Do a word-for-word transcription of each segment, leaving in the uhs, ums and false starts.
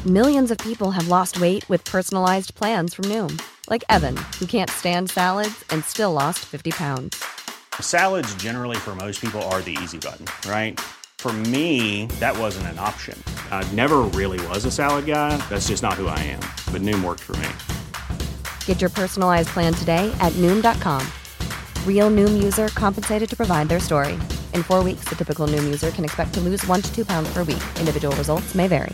Millions of people have lost weight with personalized plans from Noom. Like Evan, who can't stand salads and still lost fifty pounds. Salads generally for most people are the easy button, right? For me, that wasn't an option. I never really was a salad guy. That's just not who I am. But Noom worked for me. Get your personalized plan today at Noom dot com. Real Noom user compensated to provide their story. In four weeks, the typical Noom user can expect to lose one to two pounds per week. Individual results may vary.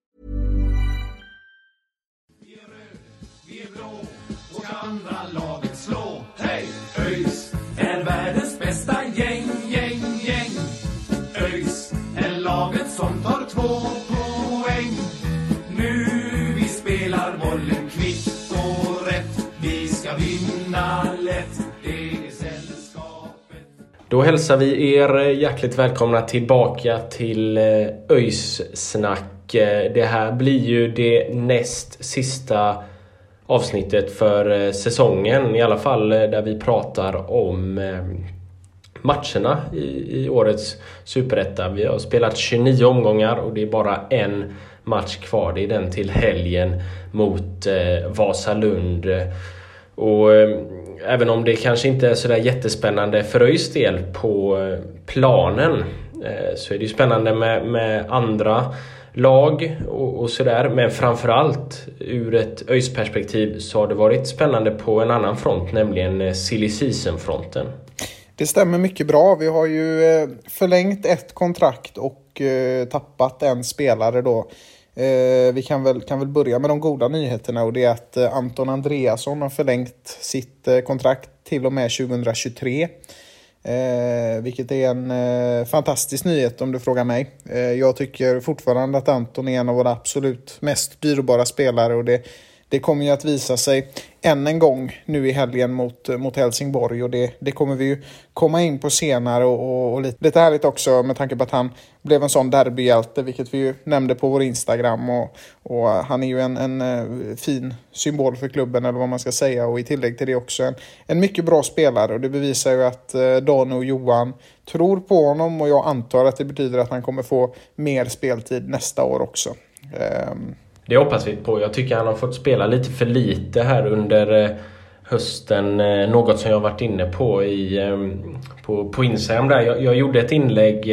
Andra laget slå, hej! ÖIS är världens bästa gäng, gäng, gäng. ÖIS är laget som tar två poäng. Nu vi spelar bollen kvitt och rätt. Vi ska vinna lätt, det är sällskapet. Då hälsar vi er hjärtligt välkomna tillbaka till ÖIS-snack. Det här blir ju det näst sista avsnittet för säsongen, i alla fall där vi pratar om matcherna i, i årets Superetta. Vi har spelat tjugonio omgångar och det är bara en match kvar. Det är den till helgen mot eh, Vasalund. Och eh, även om det kanske inte är så där jättespännande för ÖIS del på planen, eh, så är det ju spännande med, med andra lag och, och sådär. Men framförallt ur ett ÖIS-perspektiv så har det varit spännande på en annan front, nämligen silly season-fronten. Det stämmer mycket bra. Vi har ju förlängt ett kontrakt och eh, tappat en spelare då. Eh, vi kan väl, kan väl börja med de goda nyheterna, och det är att eh, Anton Andreasson har förlängt sitt eh, kontrakt till och med tjugohundratjugotre. Eh, vilket är en eh, fantastisk nyhet om du frågar mig. Eh, jag tycker fortfarande att Anton är en av våra absolut mest dyrbara spelare, och det, det kommer ju att visa sig än en gång nu i helgen mot, mot Helsingborg, och det, det kommer vi ju komma in på senare, och, och, och lite, lite härligt också med tanke på att han blev en sån derbyhjälte, vilket vi ju nämnde på vår Instagram, och, och han är ju en, en fin symbol för klubben, eller vad man ska säga, och i tillägg till det också en, en mycket bra spelare, och det bevisar ju att Dan och Johan tror på honom, och jag antar att det betyder att han kommer få mer speltid nästa år också. Um, Det hoppas vi på. Jag tycker han har fått spela lite för lite här under hösten. Något som jag har varit inne på i, på, på Instagram där. Jag, jag gjorde ett inlägg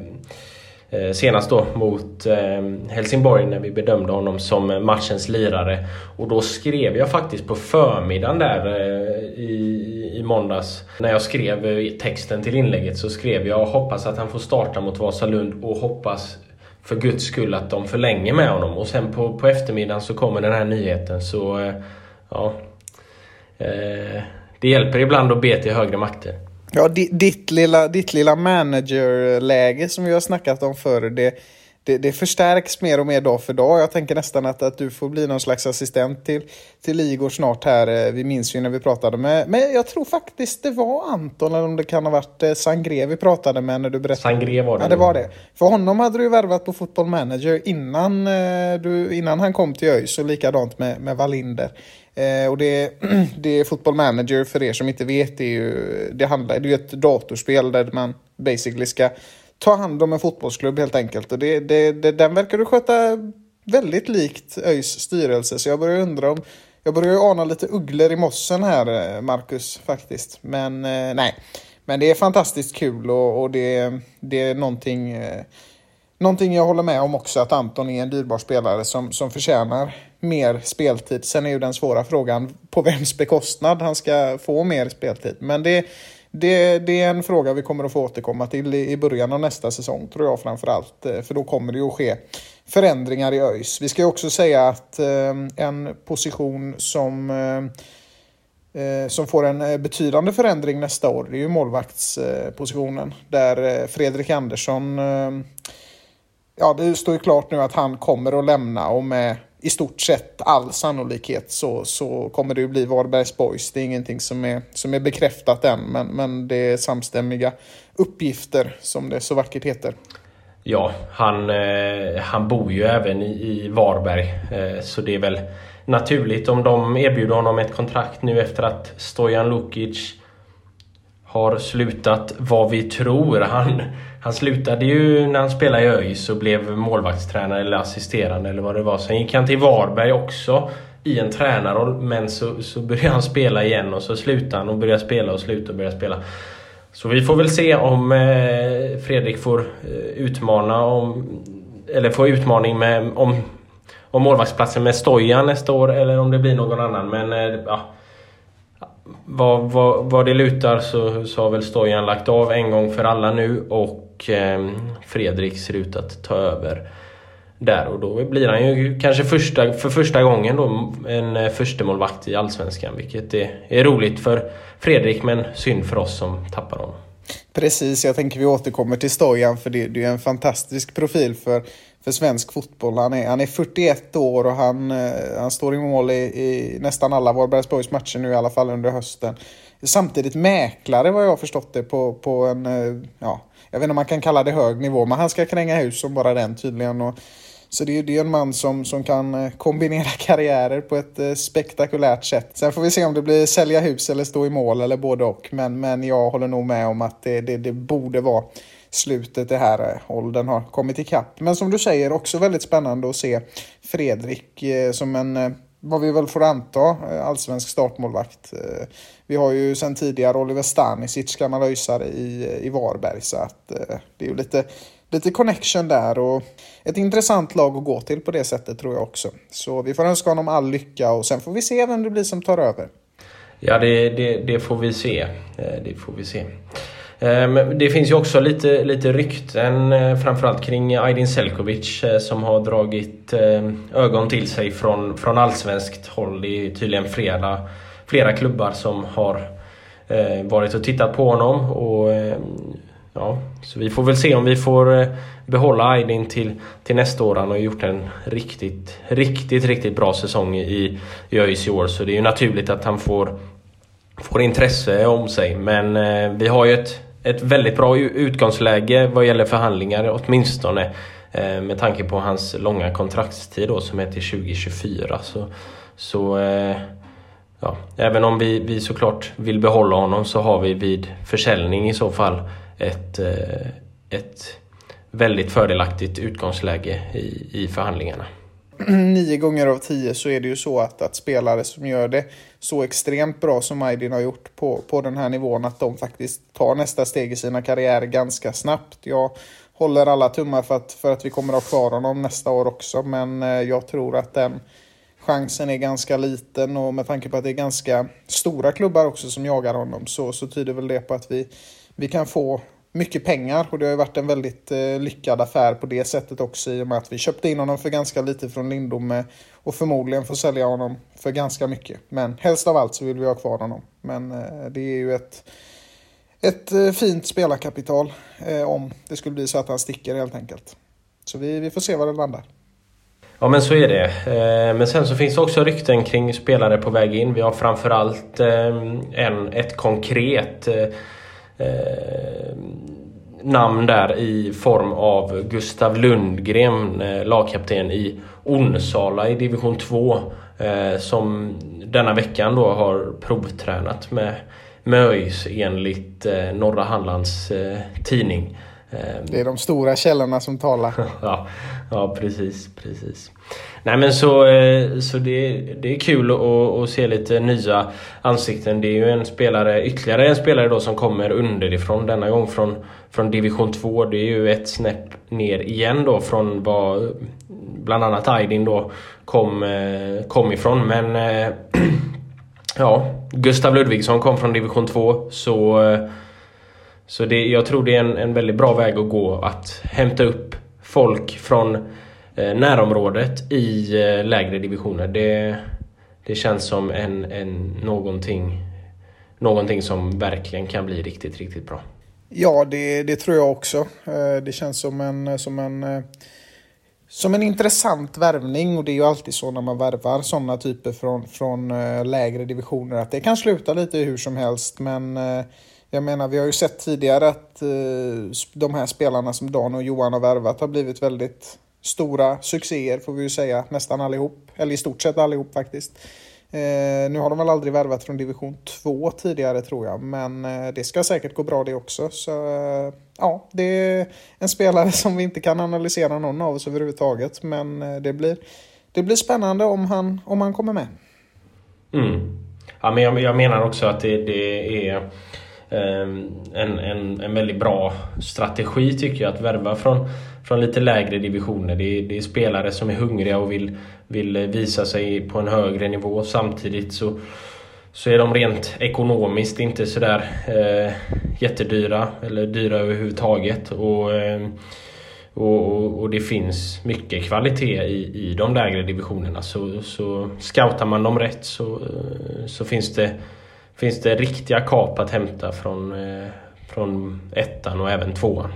senast då mot Helsingborg när vi bedömde honom som matchens lirare. Och då skrev jag faktiskt på förmiddagen där i, i måndags. När jag skrev texten till inlägget så skrev jag: hoppas att han får starta mot Vasalund och hoppas för Guds skull att de förlänger med honom. Och sen på, på eftermiddagen så kommer den här nyheten. Så eh, ja, eh, det hjälper ibland att be till högre makter. Ja, ditt, ditt lilla, ditt lilla managerläge som vi har snackat om förr, det, det, det förstärks mer och mer dag för dag. Jag tänker nästan att, att du får bli någon slags assistent till, till Igor snart här. Vi minns ju när vi pratade med, men jag tror faktiskt det var Anton, eller om det kan ha varit Sangre vi pratade med när du berättade. Sangre var det. Ja, det var det. För honom hade du värvat på Football Manager innan, du, innan han kom till ÖIS, och likadant med, med Wallinder. Eh, och det, det är Football Manager, för er som inte vet, det är ju, det handlar, det är ju ett datorspel där man basically ska ta hand om en fotbollsklubb helt enkelt. Och det, det, det, den verkar du sköta väldigt likt ÖIS styrelse. Så jag börjar undra om, jag börjar ana lite ugglor i mossen här, Marcus, faktiskt. Men eh, nej, men det är fantastiskt kul, och, och det, det är någonting, eh, någonting jag håller med om också, att Anton är en dyrbar spelare som, som förtjänar mer speltid. Sen är ju den svåra frågan på vems bekostnad han ska få mer speltid. Men det Det, det är en fråga vi kommer att få återkomma till i, i början av nästa säsong, tror jag framförallt. För då kommer det ju att ske förändringar i ÖIS. Vi ska ju också säga att eh, en position som, eh, som får en betydande förändring nästa år, det är ju målvaktspositionen. Eh, där eh, Fredrik Andersson, eh, ja, det står ju klart nu att han kommer att lämna, och med i stort sett all sannolikhet så, så kommer det ju bli Varbergs Boys. Det är ingenting som är, som är bekräftat än, men, men det är samstämmiga uppgifter, som det så vackert heter. Ja, han, eh, han bor ju även i, i Varberg, eh, så det är väl naturligt om de erbjuder honom ett kontrakt nu efter att Stojan Lukic har slutat vad vi tror. Han, han slutade ju när han spelade i ÖIS och blev målvaktstränare eller assisterande eller vad det var. Sen gick han till Varberg också i en tränarroll, men så, så började han spela igen och så slutade han och började spela och slutade och började spela. Så vi får väl se om eh, Fredrik får eh, utmana om, eller får utmaning med om, om målvaktsplatsen med Stojan nästa år eller om det blir någon annan. Men eh, ja, vad, vad, vad det lutar så, så har väl Stojan lagt av en gång för alla nu och eh, Fredrik ser ut att ta över där, och då blir han ju kanske första, för första gången då en första målvakt i Allsvenskan, vilket är, är roligt för Fredrik men synd för oss som tappar honom. Precis, jag tänker vi återkommer till Stojan, för det, det är en fantastisk profil för, för svensk fotboll. Han är, han är fyrtioett år och han, han står i mål i, i nästan alla Varbergsborgs matcher nu, i alla fall under hösten. Samtidigt mäklare, vad jag har förstått det, på, på en, ja, jag vet inte om man kan kalla det hög nivå, men han ska kränga hus som bara den tydligen. Och så det är ju en man som, som kan kombinera karriärer på ett spektakulärt sätt. Sen får vi se om det blir sälja hus eller stå i mål eller både och. Men, men jag håller nog med om att det, det, det borde vara slutet det här. Åldern har kommit ikapp. Men som du säger, också väldigt spännande att se Fredrik som en, vad vi väl får anta, allsvensk startmålvakt. Vi har ju sedan tidigare Oliver Stanisic, gammal öjsare i, i Varberg. Så att det är ju lite... Lite connection där och ett intressant lag att gå till på det sättet, tror jag också. Så vi får önska honom all lycka och sen får vi se vem det blir som tar över. Ja, det, det, det får vi se. Det får vi se. Men det finns ju också lite, lite rykten, framförallt kring Aydin Selkovic, som har dragit ögon till sig från, från allsvenskt håll. Det är tydligen flera, flera klubbar som har varit och tittat på honom och... Ja, så vi får väl se om vi får behålla Aydin till, till nästa år. Han har gjort en riktigt, riktigt, riktigt bra säsong i, i ÖIS i år. Så det är ju naturligt att han får, får intresse om sig. Men eh, vi har ju ett, ett väldigt bra utgångsläge vad gäller förhandlingar, åtminstone. Eh, med tanke på hans långa kontraktstid då, som är till tjugo tjugofyra. Så, så eh, ja, även om vi, vi såklart vill behålla honom så har vi vid försäljning i så fall ett, ett väldigt fördelaktigt utgångsläge i, i förhandlingarna. Nio gånger av tio så är det ju så att, att spelare som gör det så extremt bra som Aydin har gjort på, på den här nivån, att de faktiskt tar nästa steg i sina karriärer ganska snabbt. Jag håller alla tummar för att, för att vi kommer att ha kvar honom nästa år också, men jag tror att den chansen är ganska liten, och med tanke på att det är ganska stora klubbar också som jagar honom så, så tyder väl det på att vi Vi kan få mycket pengar, och det har ju varit en väldigt eh, lyckad affär på det sättet också, i och med att vi köpte in honom för ganska lite från Lindome och förmodligen får sälja honom för ganska mycket. Men helst av allt så vill vi ha kvar honom. Men eh, det är ju ett, ett eh, fint spelarkapital eh, om det skulle bli så att han sticker helt enkelt. Så vi, vi får se vad det landar. Ja, men så är det. Men sen så finns det också rykten kring spelare på väg in. Vi har framförallt en, ett konkret Eh, namn där i form av Gustav Lundgren, eh, lagkapten i Onsala i division två, eh, som denna veckan då har provtränat med, med ÖIS enligt eh, Norra Hallands eh, tidning. Det är de stora källorna som talar. ja, ja, precis, precis. Nej, men så, så det, det är kul att, att se lite nya ansikten. Det är ju en spelare, ytterligare en spelare då som kommer underifrån, denna gång från, från division två. Det är ju ett snäpp ner igen då från vad bland annat Aydin då kom, kom ifrån. Men ja, Gustav Ludvigsson kom från division två, så... Så det, jag tror det är en, en väldigt bra väg att gå, att hämta upp folk från eh, närområdet i eh, lägre divisioner. Det, det känns som en, en, någonting, någonting som verkligen kan bli riktigt, riktigt bra. Ja, det, det tror jag också. Eh, det känns som en, som en, eh, som en intressant värvning, och det är ju alltid så när man värvar sådana typer från, från eh, lägre divisioner, att det kan sluta lite hur som helst, men... Eh, Jag menar, vi har ju sett tidigare att eh, de här spelarna som Dan och Johan har värvat har blivit väldigt stora succéer, får vi ju säga, nästan allihop. Eller i stort sett allihop faktiskt. Eh, nu har de väl aldrig värvat från division två tidigare tror jag. Men eh, det ska säkert gå bra det också. Så eh, ja, det är en spelare som vi inte kan analysera någon av oss överhuvudtaget. Men eh, det, blir, det blir spännande om han, om han kommer med. Mm. Ja, men jag, jag menar också att det, det är um, en, en, en väldigt bra strategi tycker jag att värva från, från lite lägre divisioner. Det är, det är spelare som är hungriga och vill, vill visa sig på en högre nivå. Samtidigt så, så är de rent ekonomiskt inte sådär eh, jättedyra eller dyra överhuvudtaget. Och, eh, och, och det finns mycket kvalitet i, i de lägre divisionerna. Så, så scoutar man dem rätt så, så finns, det, finns det riktiga kap att hämta från, eh, från ettan och även tvåan.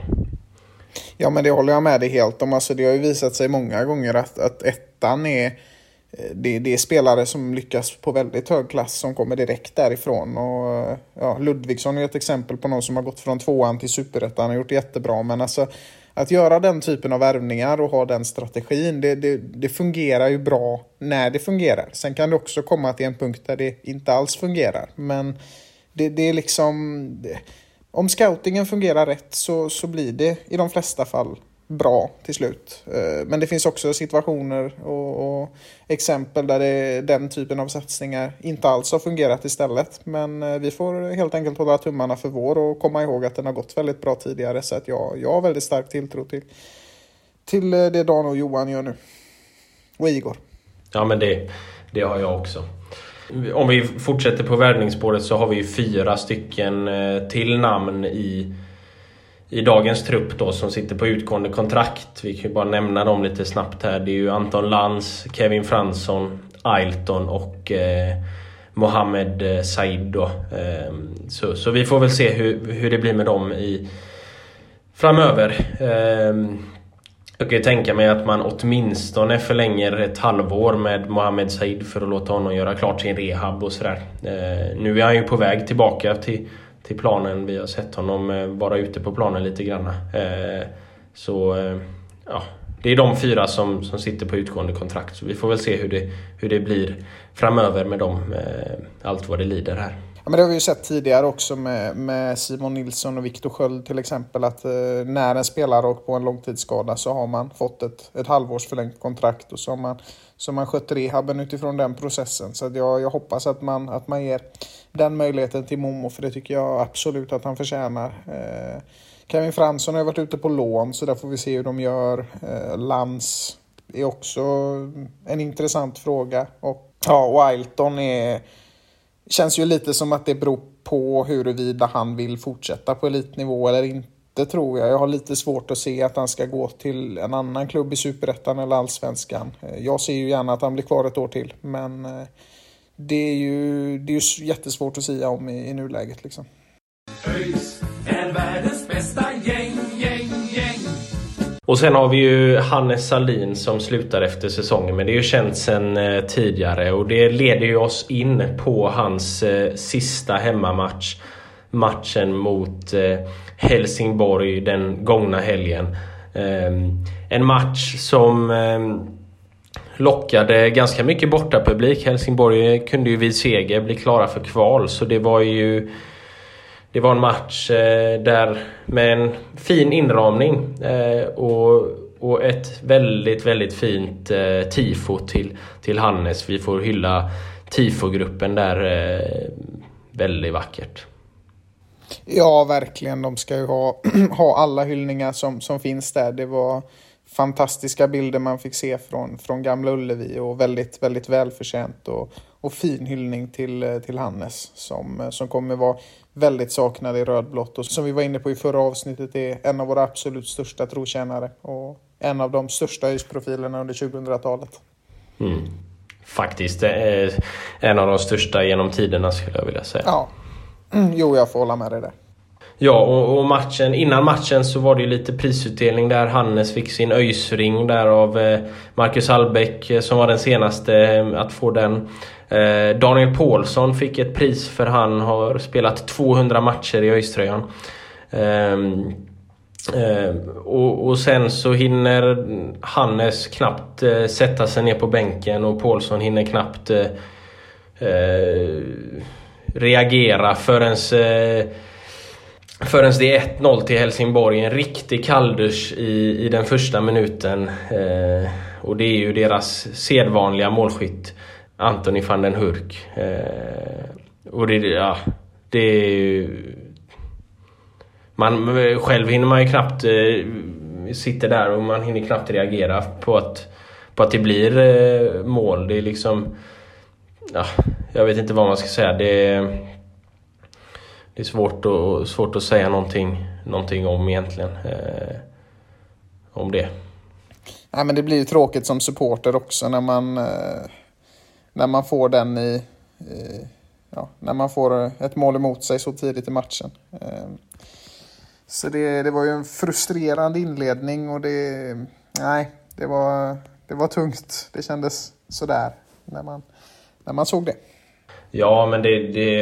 Ja, men det håller jag med dig helt om. Alltså, det har ju visat sig många gånger att, att ettan är det, det är spelare som lyckas på väldigt hög klass som kommer direkt därifrån. Och, ja, Ludvigsson är ett exempel på någon som har gått från tvåan till superettan. Han har gjort det jättebra. Men alltså, att göra den typen av värvningar och ha den strategin, det, det, det fungerar ju bra när det fungerar. Sen kan det också komma till en punkt där det inte alls fungerar. Men det, det är liksom... Det, om scoutingen fungerar rätt så, så blir det i de flesta fall bra till slut. Men det finns också situationer och, och exempel där det, den typen av satsningar inte alls har fungerat istället. Men vi får helt enkelt hålla tummarna för vår och komma ihåg att den har gått väldigt bra tidigare. Så att jag, jag har väldigt stark tilltro till, till det Dan och Johan gör nu. Och Igor. Ja, men det, det har jag också. Om vi fortsätter på värvningsspåret så har vi fyra stycken till namn i, i dagens trupp då, som sitter på utgående kontrakt. Vi kan ju bara nämna dem lite snabbt här. Det är ju Anton Lantz, Kevin Fransson, Ailton och eh, Mohamed Said då. Eh, så, så vi får väl se hur, hur det blir med dem i framöver. Eh, Jag kan ju tänka mig att man åtminstone förlänger ett halvår med Mohamed Said för att låta honom göra klart sin rehab och sådär. Eh, nu är han ju på väg tillbaka till, till planen. Vi har sett honom eh, vara ute på planen lite grann. Eh, så eh, ja, det är de fyra som, som sitter på utgående kontrakt. Så vi får väl se hur det, hur det blir framöver med dem. Eh, allt vad det lider här. Ja, men det har vi ju sett tidigare också med, med Simon Nilsson och Viktor Sköld till exempel. Att eh, när en spelare åker på en långtidsskada så har man fått ett, ett halvårs förlängt kontrakt. Och så har man, så man skött rehaben utifrån den processen. Så att jag, jag hoppas att man, att man ger den möjligheten till Momo. För det tycker jag absolut att han förtjänar. Eh, Kevin Fransson har varit ute på lån så där får vi se hur de gör. Eh, Lantz är också en intressant fråga. Och, ja, och Ailton är... känns ju lite som att det beror på huruvida han vill fortsätta på elitnivå eller inte, tror jag. Jag har lite svårt att se att han ska gå till en annan klubb i Superettan eller Allsvenskan. Jag ser ju gärna att han blir kvar ett år till, men det är ju, det är ju jättesvårt att säga om i, i nuläget liksom. ÖIS är världens bästa gäng, gäng, gäng. Och sen har vi ju Hannes Salin som slutar efter säsongen, men det är ju känt sedan eh, tidigare och det leder ju oss in på hans eh, sista hemmamatch, matchen mot eh, Helsingborg den gångna helgen. Eh, en match som eh, lockade ganska mycket borta publik. Helsingborg kunde ju vid seger bli klara för kval, så det var ju Det var en match eh, där med en fin inramning eh, och, och ett väldigt, väldigt fint eh, tifo till, till Hannes. Vi får hylla tifogruppen där eh, väldigt vackert. Ja, verkligen. De ska ju ha, ha alla hyllningar som, som finns där. Det var fantastiska bilder man fick se från, från Gamla Ullevi och väldigt, väldigt välförtjänt och, och fin hyllning till, till Hannes som, som kommer vara väldigt saknad i rödblått och som vi var inne på i förra avsnittet är en av våra absolut största trotjänare och en av de största ÖIS-profilerna under tjugohundratalet. Mm. Faktiskt är en av de största genom tiderna, skulle jag vilja säga. Ja, mm, jo jag får hålla med dig där. Ja, och, och matchen, innan matchen så var det ju lite prisutdelning där Hannes fick sin ÖIS-ring där av eh, Marcus Hallbäck eh, som var den senaste eh, att få den. Eh, Daniel Paulsson fick ett pris för han har spelat tvåhundra matcher i ÖIS-tröjan. Eh, eh, och, och sen så hinner Hannes knappt eh, sätta sig ner på bänken och Paulsson hinner knappt eh, eh, reagera förrän eh, förrän det är ett noll till Helsingborg. En riktig kalldusch i, i den första minuten. Eh, och det är ju deras sedvanliga målskytt, Anthony van den Hurk. Eh, och det, ja, det är ju... Man, själv hinner man ju knappt eh, sitta där och man hinner knappt reagera på att, på att det blir eh, mål. Det är liksom... Ja, jag vet inte vad man ska säga. Det är, det är svårt, att, svårt att säga någonting, någonting om egentligen. Eh, om det. Ja, men det blir ju tråkigt som supporter också när man, eh, när man får den i... i ja, när man får ett mål emot sig så tidigt i matchen. Eh, Så det, det var ju en frustrerande inledning och det, nej, det var, det var tungt. Det kändes sådär när man, när man såg det. Ja, men det, det,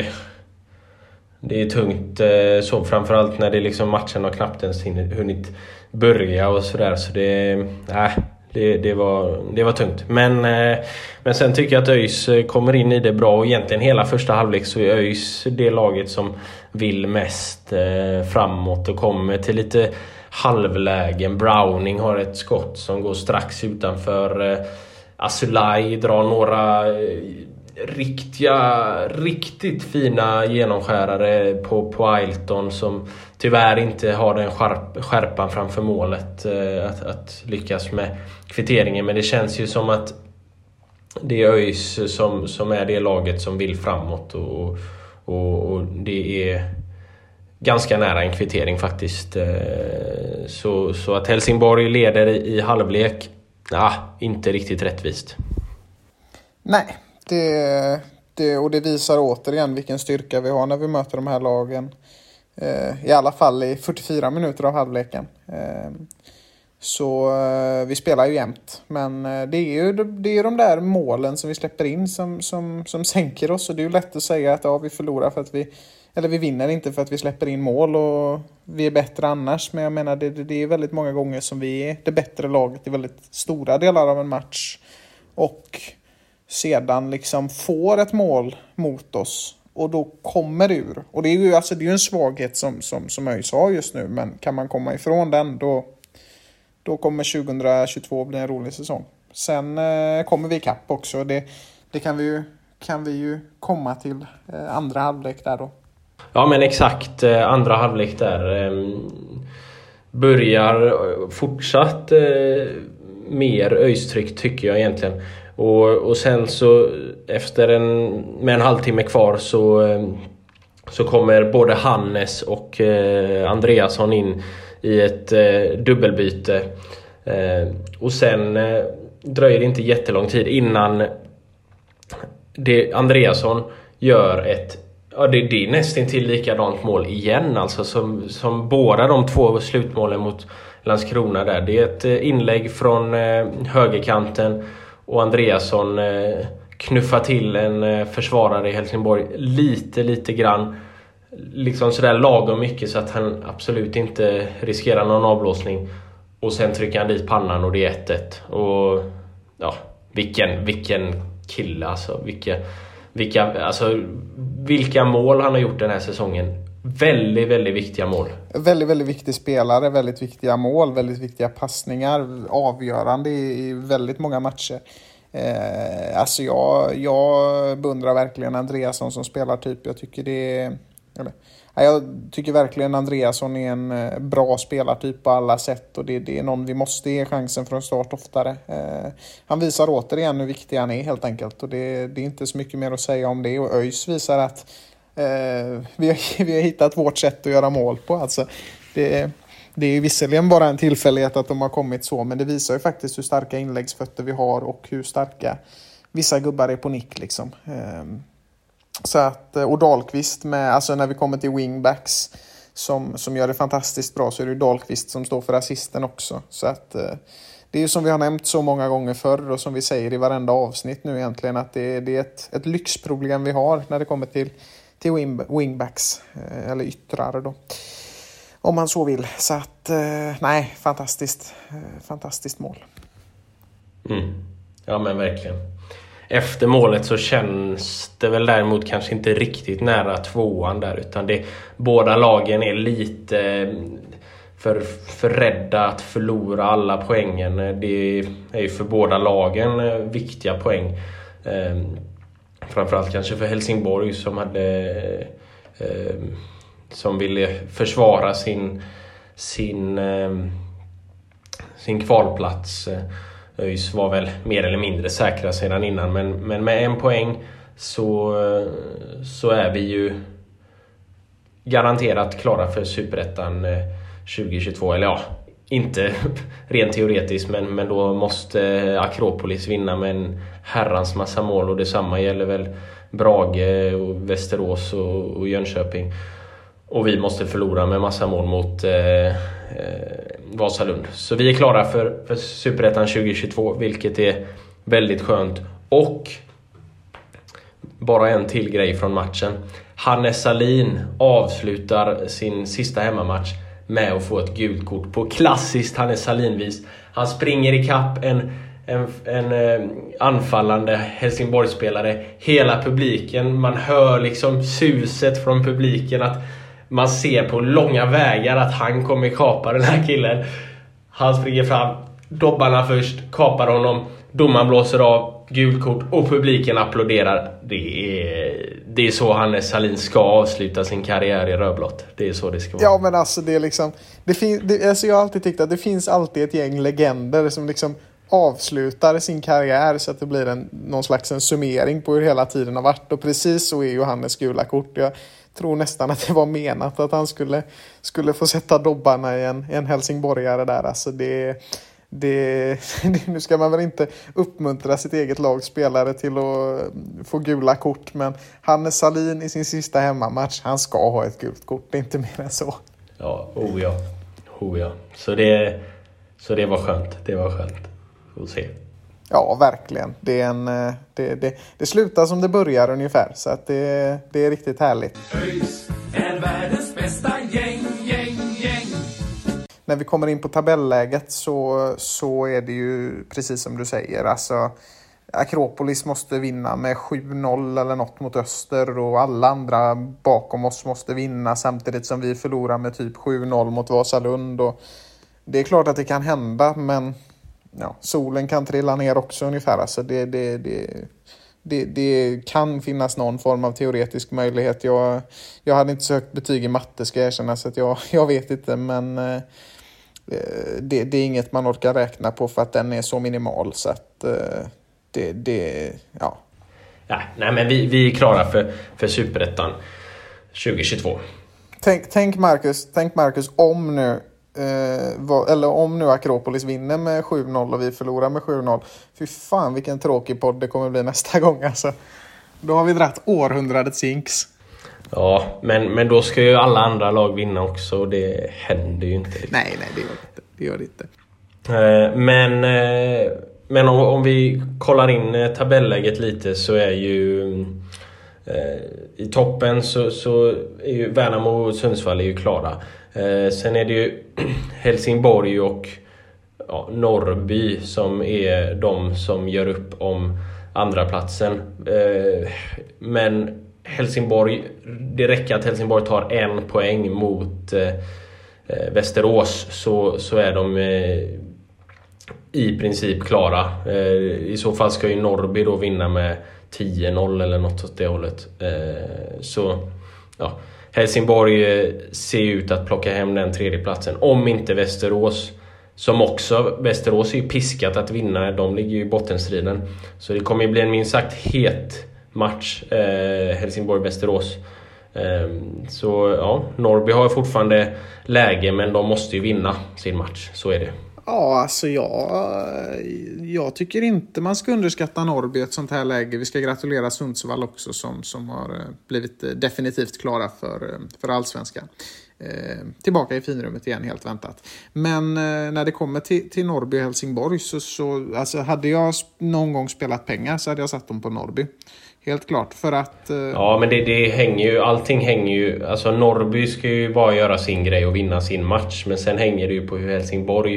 det är tungt så, framförallt när det liksom matchen har knappt ens hunnit börja och sådär. Så det, nej, det, det, var, det var tungt. Men, men sen tycker jag att ÖIS kommer in i det bra och egentligen hela första halvlek så är ÖIS det laget som vill mest eh, framåt och kommer till lite halvlägen. Browning har ett skott som går strax utanför. Eh, Asulaj drar några eh, riktiga, riktigt fina genomskärare på, på Ailton som tyvärr inte har den skärp, skärpan framför målet eh, att, att lyckas med kvitteringen. Men det känns ju som att det är ÖIS som, som är det laget som vill framåt och Och, och det är ganska nära en kvittering faktiskt. Så, så att Helsingborg leder i, i halvlek, nah, inte riktigt rättvist. Nej, det, det, och det visar återigen vilken styrka vi har när vi möter de här lagen. I alla fall i fyrtiofyra minuter av halvleken. Så vi spelar ju jämt. Men det är ju det är de där målen som vi släpper in som, som, som sänker oss. Och det är ju lätt att säga att ja, vi förlorar för att vi... Eller vi vinner inte för att vi släpper in mål och vi är bättre annars. Men jag menar, det, det är väldigt många gånger som vi är det bättre laget i väldigt stora delar av en match. Och sedan liksom får ett mål mot oss. Och då kommer det ur. Och det är ju alltså, det är ju en svaghet som, som, som ÖIS har just nu. Men kan man komma ifrån den då... Då kommer tjugohundratjugotvå bli en rolig säsong. Sen eh, kommer vi ikapp också. Det, det kan, vi ju, kan vi ju komma till eh, andra halvlek där då. Ja, men exakt. Eh, andra halvlek där. Eh, börjar fortsatt eh, mer ÖIS-tryck tycker jag egentligen. Och, och sen så efter en, med en halvtimme kvar så, eh, så kommer både Hannes och eh, Andreasson in i ett eh, dubbelbyte. Eh, och sen eh, dröjer det inte jättelång tid innan det, Andreasson gör ett, ja, det, det är nästan till likadant mål igen, alltså som, som båda de två slutmålen mot Landskrona där. Det är ett eh, inlägg från eh, högerkanten och Andreasson eh, knuffar till en eh, försvarare i Helsingborg lite, lite grann. Liksom sådär lagom mycket så att han absolut inte riskerar någon avblåsning. Och sen trycker han dit pannan och det är ett ett. Och ja, vilken, vilken kille alltså. Vilka, vilka, alltså. Vilka mål han har gjort den här säsongen. Väldigt, väldigt viktiga mål. Väldigt, väldigt viktig spelare. Väldigt viktiga mål. Väldigt viktiga passningar. Avgörande i, i väldigt många matcher. Eh, alltså jag, jag beundrar verkligen Andreasson som spelartyp. Jag tycker det är... Eller, jag tycker verkligen Andreasson är en bra spelartyp på alla sätt och det, det är någon vi måste ge chansen från start oftare. Eh, han visar återigen hur viktig han är helt enkelt och det, det är inte så mycket mer att säga om det. Och ÖIS visar att eh, vi, har, vi har hittat vårt sätt att göra mål på. Alltså, det, det är visserligen bara en tillfällighet att de har kommit så, men det visar ju faktiskt hur starka inläggsfötter vi har och hur starka vissa gubbar är på nick liksom. Eh, Så att, och Dahlqvist med, alltså när vi kommer till wingbacks som, som gör det fantastiskt bra så är det Dahlqvist som står för assisten också. Så att det är ju som vi har nämnt så många gånger förr och som vi säger i varenda avsnitt nu egentligen att det, det är ett, ett lyxproblem vi har när det kommer till, till wing, wingbacks eller yttrar då. Om man så vill. Så att, nej, fantastiskt, fantastiskt mål. Mm. Ja men verkligen. efter målet så känns det väl däremot kanske inte riktigt nära tvåan där, utan det, båda lagen är lite för, för rädda att förlora alla poängen. Det är ju för båda lagen viktiga poäng. Eh, framförallt kanske för Helsingborg som hade eh, som ville försvara sin sin eh, sin kvalplats. ÖIS var väl mer eller mindre säkra sedan innan, men, men med en poäng så, så är vi ju garanterat klara för Superettan tjugo tjugotvå. Eller ja, inte rent teoretiskt, men, men då måste Akropolis vinna med en herrans massa mål, och detsamma gäller väl Brage och Västerås och, och Jönköping. Och vi måste förlora med massa mål mot eh, eh, Vasalund. Så vi är klara för, för Superettan tjugo tjugotvå, vilket är väldigt skönt. Och bara en till grej från matchen. Hannes Salin avslutar sin sista hemmamatch med att få ett gult kort på klassiskt Hannes Salin-vis. Han springer i kapp en, en, en eh, anfallande Helsingborgsspelare. Hela publiken, man hör liksom suset från publiken, att man ser på långa vägar att han kommer kapa den här killen. Han springer fram, dobbarna först, kapar honom, domaren blåser av, gult kort och publiken applåderar. Det är, det är så Hannes Salin ska avsluta sin karriär i rödblått. Det är så det ska vara. Ja, men alltså det är liksom det fin- det, alltså jag har alltid tyckt att det finns alltid ett gäng legender som liksom avslutar sin karriär så att det blir en, någon slags en summering på hur hela tiden har varit. Och precis så är ju Hannes gula kort. Jag tror nästan att det var menat att han skulle, skulle få sätta dobbarna i en, en helsingborgare där. Alltså det, det, det, nu ska man väl inte uppmuntra sitt eget lags spelare till att få gula kort, men Hannes Salin i sin sista hemmamatch, han ska ha ett gult kort, det är inte mer än så. Ja, oh ja. Oh ja. Så, det, så det var skönt. Det var skönt att se. Ja, verkligen. Det, är en, det, det, det slutar som det börjar ungefär. Så att det, det är riktigt härligt. ÖIS är världens bästa gäng, gäng, gäng. När vi kommer in på tabelläget så, så är det ju precis som du säger. Alltså, Akropolis måste vinna med sju noll eller något mot Öster. Och alla andra bakom oss måste vinna samtidigt som vi förlorar med typ sju noll mot Vasalund. Och det är klart att det kan hända, men ja, solen kan trilla ner också ungefär. Alltså det, det, det, det, det kan finnas någon form av teoretisk möjlighet. Jag, jag hade inte sökt betyg i matte, ska jag erkänna, så att jag, jag vet inte. Men eh, det, det är inget man orkar räkna på för att den är så minimal. Så att eh, det, det, ja. Ja, nej, men vi, vi är klara för, för Superettan tjugo tjugotvå. Tänk, tänk Marcus, tänk Marcus om nu Eh, vad, eller om nu Akropolis vinner med sju noll och vi förlorar med sju noll. Fy fan vilken tråkig podd det kommer bli nästa gång alltså. Då har vi dratt århundradets jinx. Ja, men, men då ska ju alla andra lag vinna också, och det händer ju inte riktigt. Nej, nej, det gör det inte. Det gör det inte. Eh, men eh, men om, om vi kollar in eh, tabelläget lite, så är ju eh, i toppen så, så är ju Värnamo och Sundsvall är ju klara. Eh, sen är det ju Helsingborg och ja, Norrby som är de som gör upp om andra platsen. Eh, men Helsingborg, det räcker att Helsingborg tar en poäng mot eh, Västerås, så, så är de eh, i princip klara. Eh, I så fall ska ju Norrby då vinna med tio noll eller något åt det hållet. Eh, så ja, Helsingborg ser ut att plocka hem den tredje platsen. Om inte Västerås, som också, Västerås är ju piskat att vinna, de ligger ju i bottenstriden. Så det kommer ju bli en minst sagt het match, eh, Helsingborg-Västerås. Eh, så ja, Norrby har fortfarande läge, men de måste ju vinna sin match, så är det. Ja, alltså jag, jag tycker inte man ska underskatta Norrby i ett sånt här läge. Vi ska gratulera Sundsvall också som, som har blivit definitivt klara för, för allsvenskan. Eh, tillbaka i finrummet igen, helt väntat. Men eh, när det kommer till, till Norrby och Helsingborg så, så alltså, hade jag någon gång spelat pengar så hade jag satt dem på Norrby. Helt klart, för att... Eh... Ja, men det, det hänger ju, allting hänger ju... Alltså Norrby ska ju bara göra sin grej och vinna sin match. Men sen hänger det ju på hur Helsingborg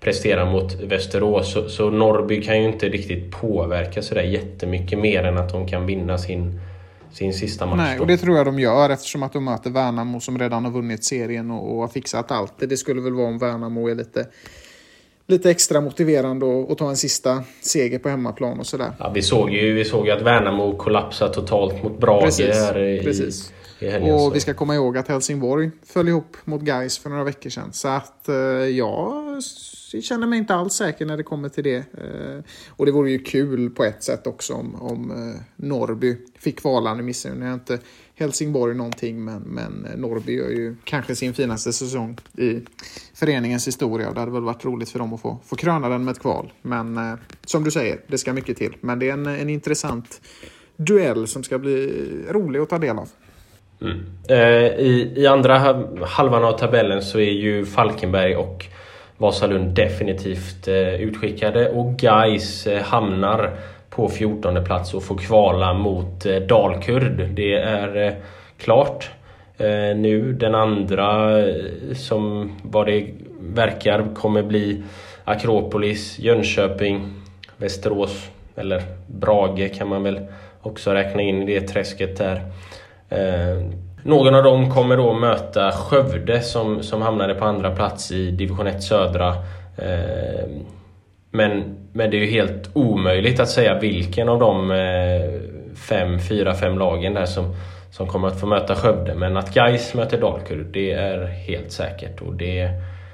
presterar mot Västerås. Så, så Norrby kan ju inte riktigt påverka så där jättemycket mer än att de kan vinna sin, sin sista match. Nej, och det tror jag de gör eftersom att de möter Värnamo som redan har vunnit serien och, och har fixat allt. Det skulle väl vara om Värnamo är lite... lite extra motiverande att ta en sista seger på hemmaplan och sådär. Ja, vi såg ju vi såg ju att Värnamo kollapsade totalt mot Brage precis, här i, precis. i helgen. Och så. vi ska komma ihåg att Helsingborg föll ihop mot Gais för några veckor sedan. Så att eh, jag känner mig inte alls säker när det kommer till det. Eh, och det vore ju kul på ett sätt också om, om eh, Norrby fick kvala. Nu missar jag inte Helsingborg någonting, men, men Norrby gör ju kanske sin finaste säsong i föreningens historia. Det hade väl varit roligt för dem att få, få kröna den med ett kval. Men eh, som du säger, det ska mycket till. Men det är en, en intressant duell som ska bli rolig att ta del av. Mm. Eh, i, I andra halvan av tabellen så är ju Falkenberg och Vasalund definitivt eh, utskickade. Och Gais eh, hamnar på fjortonde plats och får kvala mot eh, Dalkurd. Det är eh, klart eh, nu. Den andra eh, som vad det verkar kommer bli Akropolis, Jönköping, Västerås eller Brage kan man väl också räkna in i det träsket där. Eh, någon av dem kommer då möta Skövde som, som hamnade på andra plats i division ett södra. Eh, men, men det är ju helt omöjligt att säga vilken av de eh, fem, fyra, fem lagen där som, som kommer att få möta Skövde. Men att Gais möter Dalkurd, det är helt säkert. Och det,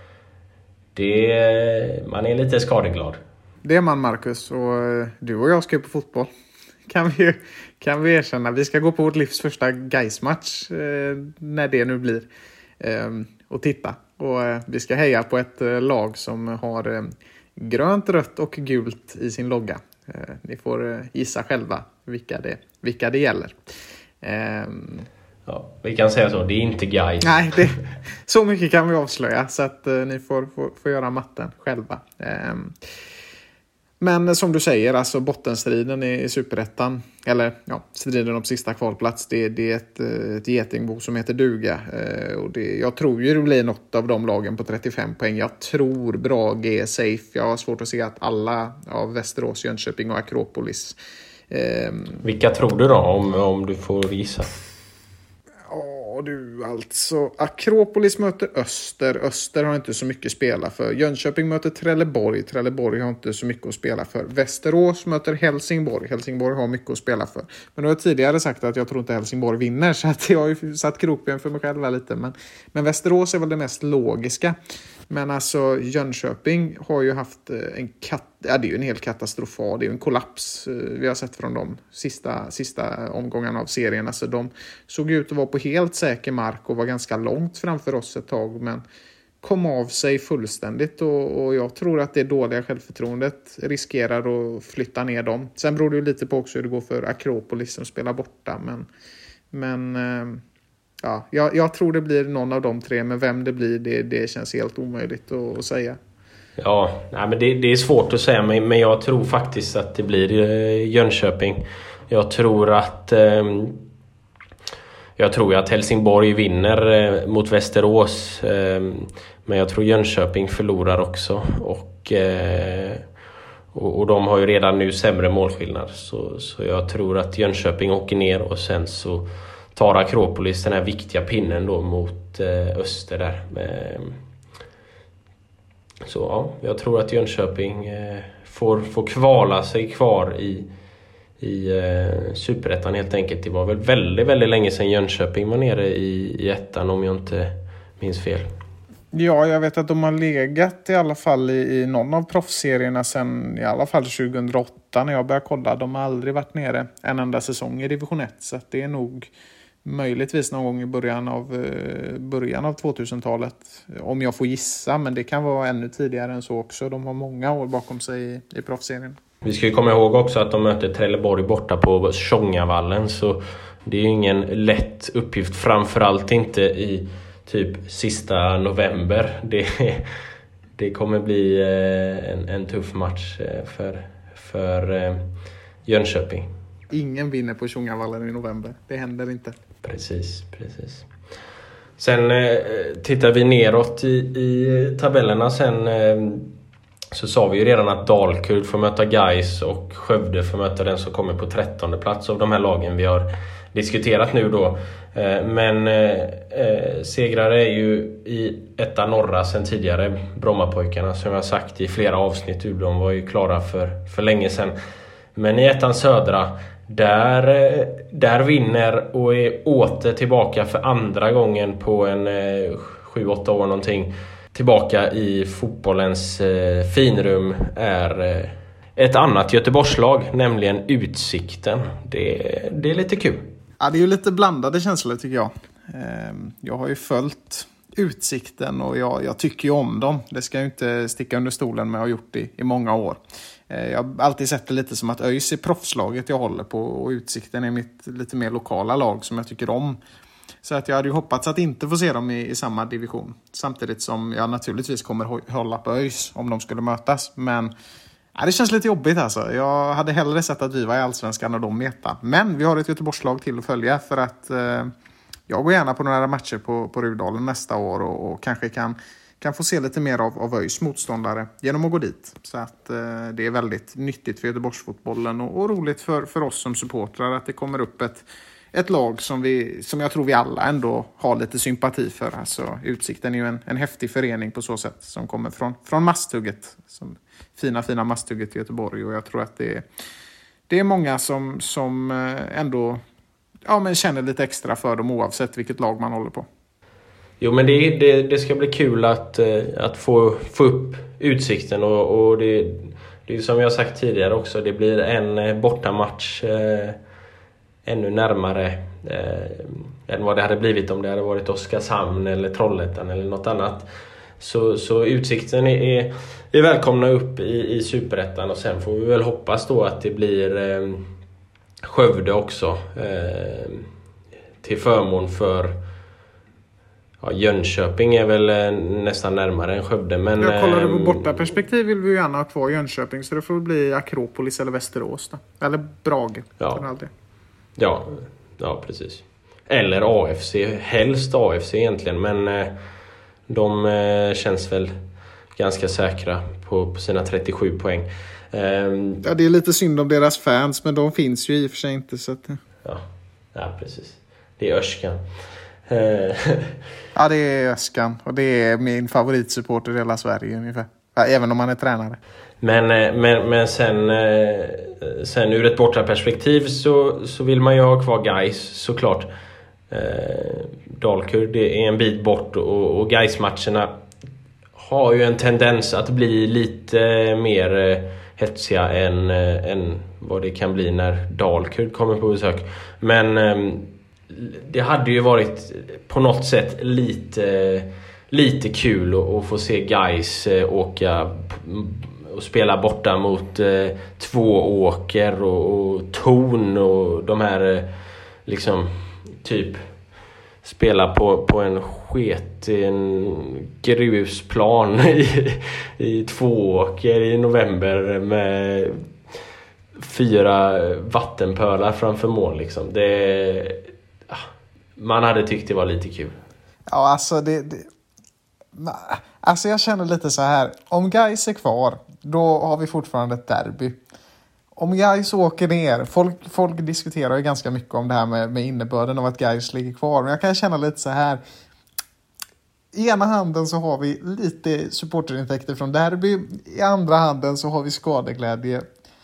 det, man är lite skadeglad. Det är man, Marcus. Och du och jag ska ju på fotboll. Kan vi, kan vi erkänna. Vi ska gå på vårt livs första Gais-match. Eh, när det nu blir. Eh, och titta. Och eh, vi ska heja på ett eh, lag som har eh, grönt, rött och gult i sin logga. Eh, ni får eh, gissa själva vilka det, vilka det gäller. Eh, ja, vi kan säga så. Det är inte Gais. Nej, det, så mycket kan vi avslöja. Så att eh, ni får, får, får göra matten själva. Eh, Men som du säger, alltså bottenstriden i Superettan, eller ja, striden om sista kvalplats, det, det är ett, ett getingbo som heter duga. Eh, och det, jag tror ju det blir något av de lagen på trettiofem poäng. Jag tror Brage är safe. Jag har svårt att se att alla av Västerås, Jönköping och Akropolis. Eh, Vilka tror du då om, om du får gissa? Ja du, alltså Akropolis möter Öster. Öster har inte så mycket att spela för. Jönköping möter Trelleborg. Trelleborg har inte så mycket att spela för. Västerås möter Helsingborg. Helsingborg har mycket att spela för. Men jag har tidigare sagt att jag tror inte Helsingborg vinner, så att jag har ju satt kroppen för mig själva lite. Men, men Västerås är väl det mest logiska. Men alltså Jönköping har ju haft en kat- ja, det är ju en helt katastrofal, det är ju en kollaps vi har sett från de sista, sista omgångarna av serien. Alltså de såg ut att vara på helt säker mark och var ganska långt framför oss ett tag, men kom av sig fullständigt och, och jag tror att det dåliga självförtroendet riskerar att flytta ner dem. Sen beror det ju lite på också hur det går för Akropolis som spelar borta, men men ja, jag, jag tror det blir någon av de tre, men vem det blir, det, det känns helt omöjligt att, att säga. Ja, nej, men det, det är svårt att säga, men, men jag tror faktiskt att det blir eh, Jönköping. Jag tror att eh, jag tror att Helsingborg vinner eh, mot Västerås, eh, men jag tror Jönköping förlorar också och, eh, och, och de har ju redan nu sämre målskillnad, så, så jag tror att Jönköping åker ner och sen så tar Akropolis den här viktiga pinnen då mot eh, Öster där. Eh, så ja, jag tror att Jönköping eh, får, får kvala sig kvar i, i eh, Superettan helt enkelt. Det var väl väldigt, väldigt länge sedan Jönköping var nere i, i ettan om jag inte minns fel. Ja, jag vet att de har legat i alla fall i, i någon av proffsserierna sedan i alla fall tjugohundraåtta när jag började kolla. De har aldrig varit nere en enda säsong i division ett, så att det är nog möjligtvis någon gång i början av, början av tvåtusentalet. Om jag får gissa, men det kan vara ännu tidigare än så också. De har många år bakom sig i, i proffsserien. Vi ska ju komma ihåg också att de möter Trelleborg borta på Tjongavallen, så det är ju ingen lätt uppgift, framförallt inte i typ sista november. Det, det kommer bli en, en tuff match för, för Jönköping. Ingen vinner på Tjongavallen i november. Det händer inte. Precis, precis. Sen eh, tittar vi neråt i, i tabellerna sen. Eh, så sa vi ju redan att Dalkurd får möta Gais och Skövde får möta den som kommer på trettonde plats av de här lagen vi har diskuterat nu då. Men eh, segrare är ju i etta norra sen tidigare, Brommapojkarna, som jag sagt i flera avsnitt. De var ju klara för, för länge sedan. Men i ettan södra, där, där vinner och är åter tillbaka för andra gången på en eh, sju åtta år någonting. Tillbaka i fotbollens eh, finrum är eh, ett annat Göteborgslag, nämligen Utsikten. Det, det är lite kul. Ja, det är ju lite blandade känslor tycker jag. Jag har ju följt Utsikten och jag, jag tycker ju om dem. Det ska jag ju inte sticka under stolen med att ha gjort i, i många år. Jag har alltid sett det lite som att ÖIS är proffslaget jag håller på och Utsikten är mitt lite mer lokala lag som jag tycker om. Så att jag hade ju hoppats att inte få se dem i, i samma division. Samtidigt som jag naturligtvis kommer hålla på ÖIS om de skulle mötas. Men ja, det känns lite jobbigt alltså. Jag hade hellre sett att vi var i Allsvenskan och de meta. Men vi har ett Göteborgslag till att följa för att eh, jag går gärna på några matcher på, på Rudalen nästa år och, och kanske kan, kan få se lite mer av, av ÖIS motståndare genom att gå dit. Så att eh, det är väldigt nyttigt för Göteborgsfotbollen och, och roligt för, för oss som supportrar att det kommer upp ett, ett lag som, vi, som jag tror vi alla ändå har lite sympati för. Alltså, Utsikten är ju en, en häftig förening på så sätt som kommer från, från Masthugget. Som fina, fina Masthugget i Göteborg. Och jag tror att det är, det är många som, som ändå ja, men känner lite extra för dem oavsett vilket lag man håller på. Jo, men det, det, det ska bli kul att, att få, få upp Utsikten. Och, och det, det är som jag sagt tidigare också. Det blir en bortamatch eh, ännu närmare eh, än vad det hade blivit om det hade varit Oskarshamn eller Trollhättan eller något annat. Så, så Utsikten är, är välkomna upp i, i Superettan och sen får vi väl hoppas då att det blir eh, Skövde också eh, till förmån för ja, Jönköping är väl eh, nästan närmare än Skövde. Men, jag kollade på eh, borta perspektiv vill vi ju gärna ha kvar Jönköping så det får bli Akropolis eller Västerås då. Eller Brage. Ja. Ja, ja, precis. Eller A F C, helst A F C egentligen, men eh, de eh, känns väl ganska säkra på, på sina trettiosju poäng. Eh, ja, det är lite synd om deras fans, men de finns ju i och för sig inte. Så att... ja, ja, precis. Det är Öskan. Eh. ja, det är Öskan. Och det är min favoritsupporter i hela Sverige ungefär. Ja, även om han är tränare. Men, men, men sen, sen ur ett bortra perspektiv så, så vill man ju ha kvar Gais såklart. Eh, Dalkurd det är en bit bort och, och Gais-matcherna har ju en tendens att bli lite mer hetsiga än, än vad det kan bli när Dalkurd kommer på besök. Men eh, det hade ju varit på något sätt lite, lite kul att, att få se Gais åka och spela borta mot eh, Tvååker och, och Torn och de här eh, liksom typ spela på, på en sket en grusplan i, i Tvååker i november med fyra vattenpölar framför mål liksom. Det, man hade tyckt det var lite kul. Ja, alltså det, det alltså jag känner lite så här, om Gais är kvar då har vi fortfarande ett derby. Om Gais åker ner, folk, folk diskuterar ju ganska mycket om det här med, med innebörden av att Gais ligger kvar. Men jag kan känna lite så här, i ena handen så har vi lite supporterintäkter från derby, i andra handen så har vi skadeglädje.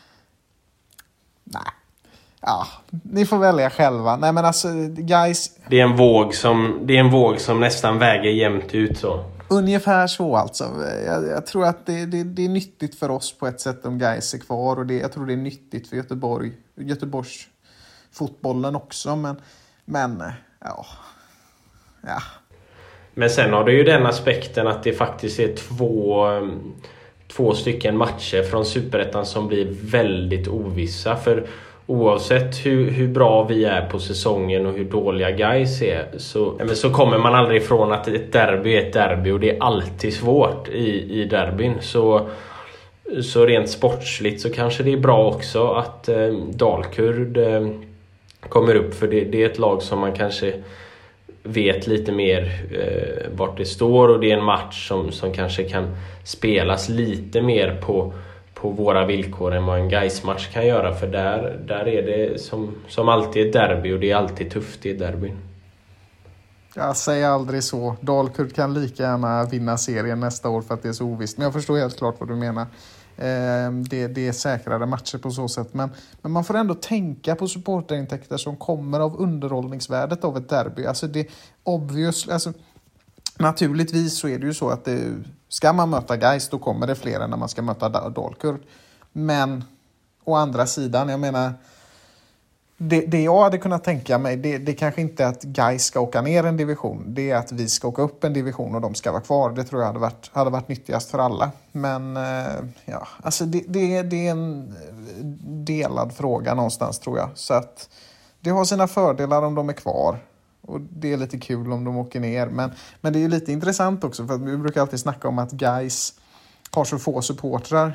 Nej. Ja, ni får välja själva. Nej men alltså, Gais... Det är en våg som, det är en våg som nästan väger jämnt ut så. Ungefär så alltså. Jag, jag tror att det, det, det är nyttigt för oss på ett sätt om Gais är kvar. Och det, jag tror det är nyttigt för Göteborg, Göteborgs fotbollen också. Men, men ja. ja. Men sen har du ju den aspekten att det faktiskt är två, två stycken matcher från Superettan som blir väldigt ovissa. För oavsett hur, hur bra vi är på säsongen och hur dåliga Gais är så, så kommer man aldrig ifrån att ett derby är ett derby och det är alltid svårt i, i derbyn. Så, så rent sportsligt så kanske det är bra också att eh, Dalkurd eh, kommer upp för det, det är ett lag som man kanske vet lite mer eh, vart det står, och det är en match som, som kanske kan spelas lite mer på, på våra villkor än vad en Gais-match kan göra, för där, där är det som, som alltid ett derby, och det är alltid tufft i ett derby. Jag säger aldrig så. Dalkurd kan lika gärna vinna serien nästa år för att det är så ovisst. Men jag förstår helt klart vad du menar. Eh, det, det är säkrare matcher på så sätt. Men, men man får ändå tänka på supporterintäkter som kommer av underhållningsvärdet av ett derby. Alltså det obvious, alltså, naturligtvis så är det ju så att det, ska man möta Gais, då kommer det fler än när man ska möta Dalkurd. Men å andra sidan, jag menar... Det, det jag hade kunnat tänka mig, det, det kanske inte är att Gais ska åka ner en division. Det är att vi ska åka upp en division och de ska vara kvar. Det tror jag hade varit, hade varit nyttigast för alla. Men eh, ja, alltså det, det, det är en delad fråga någonstans, tror jag. Så att det har sina fördelar om de är kvar. Och det är lite kul om de åker ner. Men, men det är lite intressant också, för att vi brukar alltid snacka om att Gais har så få supportrar.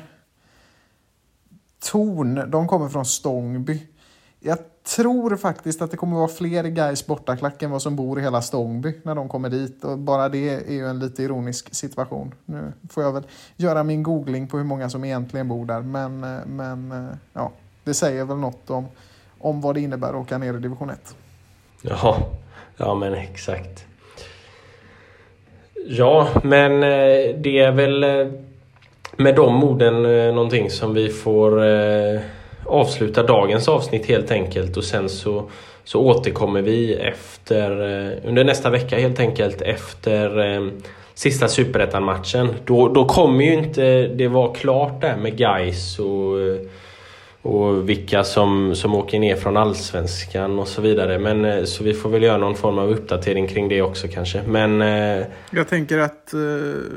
Torn, de kommer från Stångby. Jag tror faktiskt att det kommer vara fler i Gais bortaklack än vad som bor i hela Stångby när de kommer dit. Och bara det är ju en lite ironisk situation. Nu får jag väl göra min googling på hur många som egentligen bor där. Men, men ja, det säger väl något om, om vad det innebär att åka ner i division ett. Ja, ja men exakt. Ja, men det är väl med de orden någonting som vi får... avsluta dagens avsnitt helt enkelt, och sen så, så återkommer vi efter under nästa vecka helt enkelt efter eh, sista Superettan-matchen. Då, då kommer ju inte det vara klart där med Gais och, och vilka som, som åker ner från Allsvenskan och så vidare. Men så vi får väl göra någon form av uppdatering kring det också kanske. Men eh, jag tänker att eh,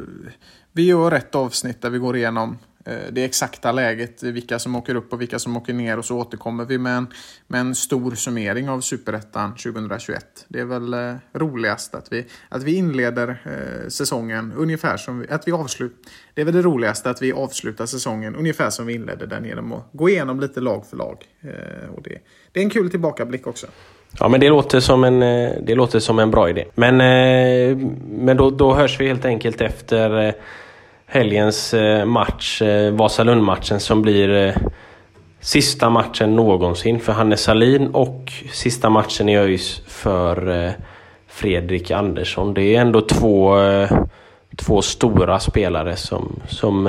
vi gör ett avsnitt där vi går igenom det exakta läget, vilka som åker upp och vilka som åker ner, och så återkommer vi med en, med en stor summering av Superettan tjugohundratjugoett. Det är väl eh, roligast att vi, att vi inleder eh, säsongen ungefär som vi, att vi avslutar. Det är väl det roligaste att vi avslutar säsongen ungefär som vi inledde den, genom att gå igenom lite lag för lag. Eh, och det, det är en kul tillbakablick också. Ja, men det låter som en, det låter som en bra idé. Men, eh, men då, då hörs vi helt enkelt efter... Eh, helgens match, Vasalund-matchen, som blir sista matchen någonsin för Hannes Salin och sista matchen i ÖIS för Fredrik Andersson. Det är ändå två, två stora spelare som, som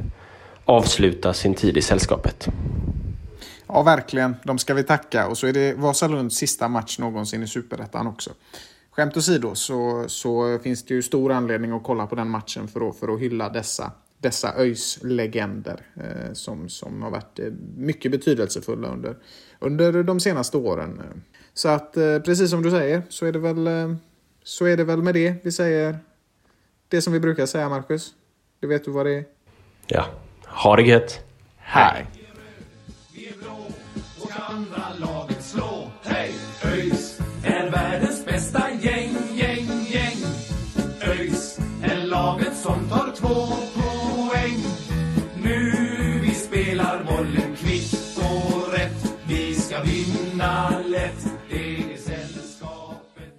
avslutar sin tid i sällskapet. Ja, verkligen. De ska vi tacka. Och så är det Vasalunds sista match någonsin i Superettan också. Skämt åsido så, så finns det ju stor anledning att kolla på den matchen för att, för att hylla dessa, dessa ÖIS-legender eh, som, som har varit eh, mycket betydelsefulla under, under de senaste åren. Så att eh, precis som du säger så är, det väl, eh, så är det väl med det vi säger det som vi brukar säga, Marcus. Du vet du vad det är? Ja, ha det gött. Hej! Vi är blå och andra laget slå. Hej! ÖIS är världens bästa gäng, gäng, gäng. ÖIS är laget som tar två poäng. Nu vi spelar bollen kvitt och rätt. Vi ska vinna lätt. Det är sällskapet.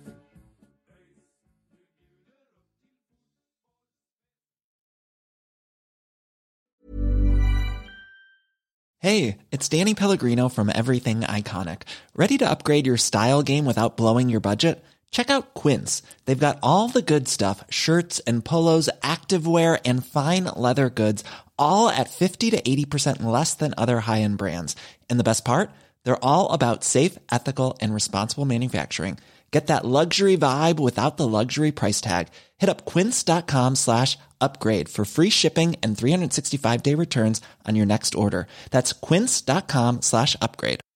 Hey, it's Danny Pellegrino from Everything Iconic. Ready to upgrade your style game without blowing your budget? Check out Quince. They've got all the good stuff, shirts and polos, activewear, and fine leather goods, all at fifty to eighty percent less than other high-end brands. And the best part? They're all about safe, ethical, and responsible manufacturing. Get that luxury vibe without the luxury price tag. Hit up quince.com slash upgrade for free shipping and three sixty-five day returns on your next order. That's quince.com slash upgrade.